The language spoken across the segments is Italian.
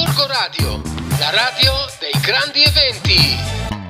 Gorgo Radio, la radio dei grandi eventi.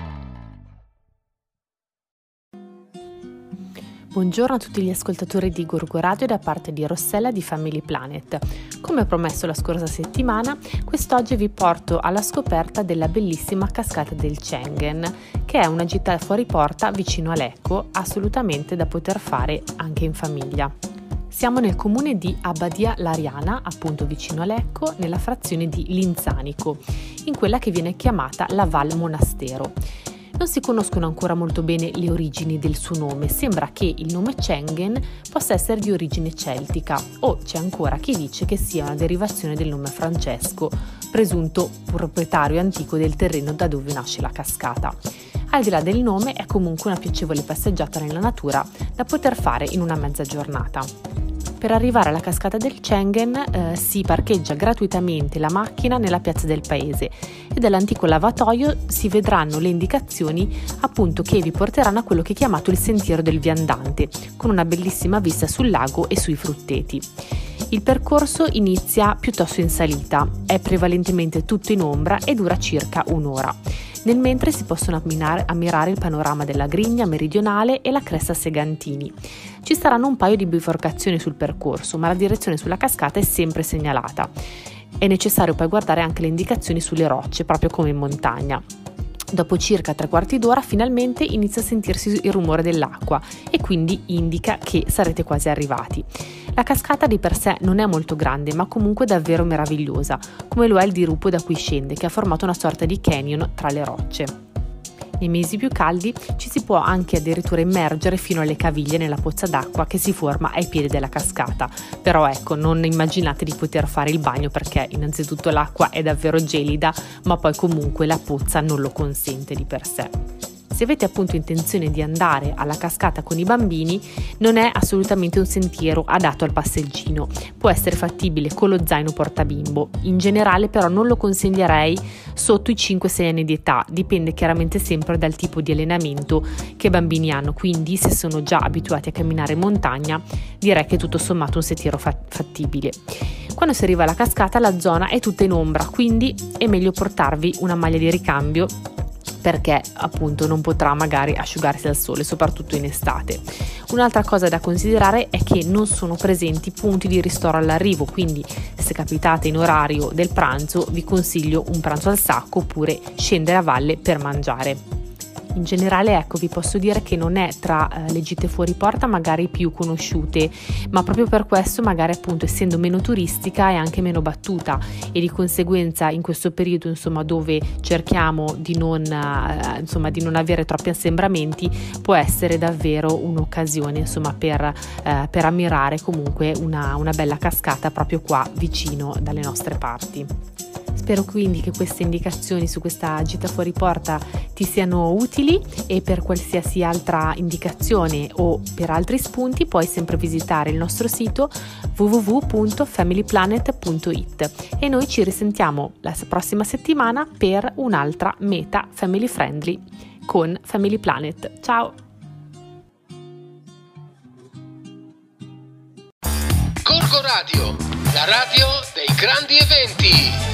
Buongiorno a tutti gli ascoltatori di Gorgo Radio da parte di Rossella di Family Planet. Come promesso la scorsa settimana, quest'oggi vi porto alla scoperta della bellissima cascata del Chengen, che è una gita fuori porta vicino a Lecco, assolutamente da poter fare anche in famiglia. Siamo nel comune di Abbadia Lariana, appunto vicino a Lecco, nella frazione di Linzanico, in quella che viene chiamata la Val Monastero. Non si conoscono ancora molto bene le origini del suo nome, sembra che il nome Chengen possa essere di origine celtica o c'è ancora chi dice che sia una derivazione del nome Francesco, presunto proprietario antico del terreno da dove nasce la cascata. Al di là del nome è comunque una piacevole passeggiata nella natura da poter fare in una mezza giornata. Per arrivare alla cascata del Chengen si parcheggia gratuitamente la macchina nella piazza del paese e dall'antico lavatoio si vedranno le indicazioni appunto che vi porteranno a quello che è chiamato il sentiero del viandante, con una bellissima vista sul lago e sui frutteti. Il percorso inizia piuttosto in salita, è prevalentemente tutto in ombra e dura circa un'ora. Nel mentre si possono ammirare il panorama della Grigna meridionale e la cresta Segantini. Ci saranno un paio di biforcazioni sul percorso, ma la direzione sulla cascata è sempre segnalata. È necessario poi guardare anche le indicazioni sulle rocce, proprio come in montagna. Dopo circa 3/4 d'ora finalmente inizia a sentirsi il rumore dell'acqua e quindi indica che sarete quasi arrivati. La cascata di per sé non è molto grande, ma comunque davvero meravigliosa, come lo è il dirupo da cui scende, che ha formato una sorta di canyon tra le rocce. Nei mesi più caldi ci si può anche addirittura immergere fino alle caviglie nella pozza d'acqua che si forma ai piedi della cascata, però ecco, non immaginate di poter fare il bagno perché innanzitutto l'acqua è davvero gelida, ma poi comunque la pozza non lo consente di per sé. Se avete appunto intenzione di andare alla cascata con i bambini, non è assolutamente un sentiero adatto al passeggino. Può essere fattibile con lo zaino portabimbo. In generale però non lo consiglierei sotto i 5-6 anni di età, dipende chiaramente sempre dal tipo di allenamento che i bambini hanno, quindi se sono già abituati a camminare in montagna direi che è tutto sommato un sentiero fattibile. Quando si arriva alla cascata la zona è tutta in ombra, quindi è meglio portarvi una maglia di ricambio perché appunto non potrà magari asciugarsi al sole, soprattutto in estate. Un'altra cosa da considerare è che non sono presenti punti di ristoro all'arrivo, quindi se capitate in orario del pranzo vi consiglio un pranzo al sacco oppure scendere a valle per mangiare. In generale, ecco, vi posso dire che non è tra le gite fuori porta magari più conosciute, ma proprio per questo magari appunto essendo meno turistica è anche meno battuta e di conseguenza in questo periodo insomma dove cerchiamo di non avere troppi assembramenti può essere davvero un'occasione insomma per ammirare comunque una bella cascata proprio qua vicino dalle nostre parti. Spero quindi che queste indicazioni su questa gita fuori porta ti siano utili e per qualsiasi altra indicazione o per altri spunti puoi sempre visitare il nostro sito www.familyplanet.it e noi ci risentiamo la prossima settimana per un'altra meta family friendly con Family Planet. Ciao! Gorgo Radio, la radio dei grandi eventi.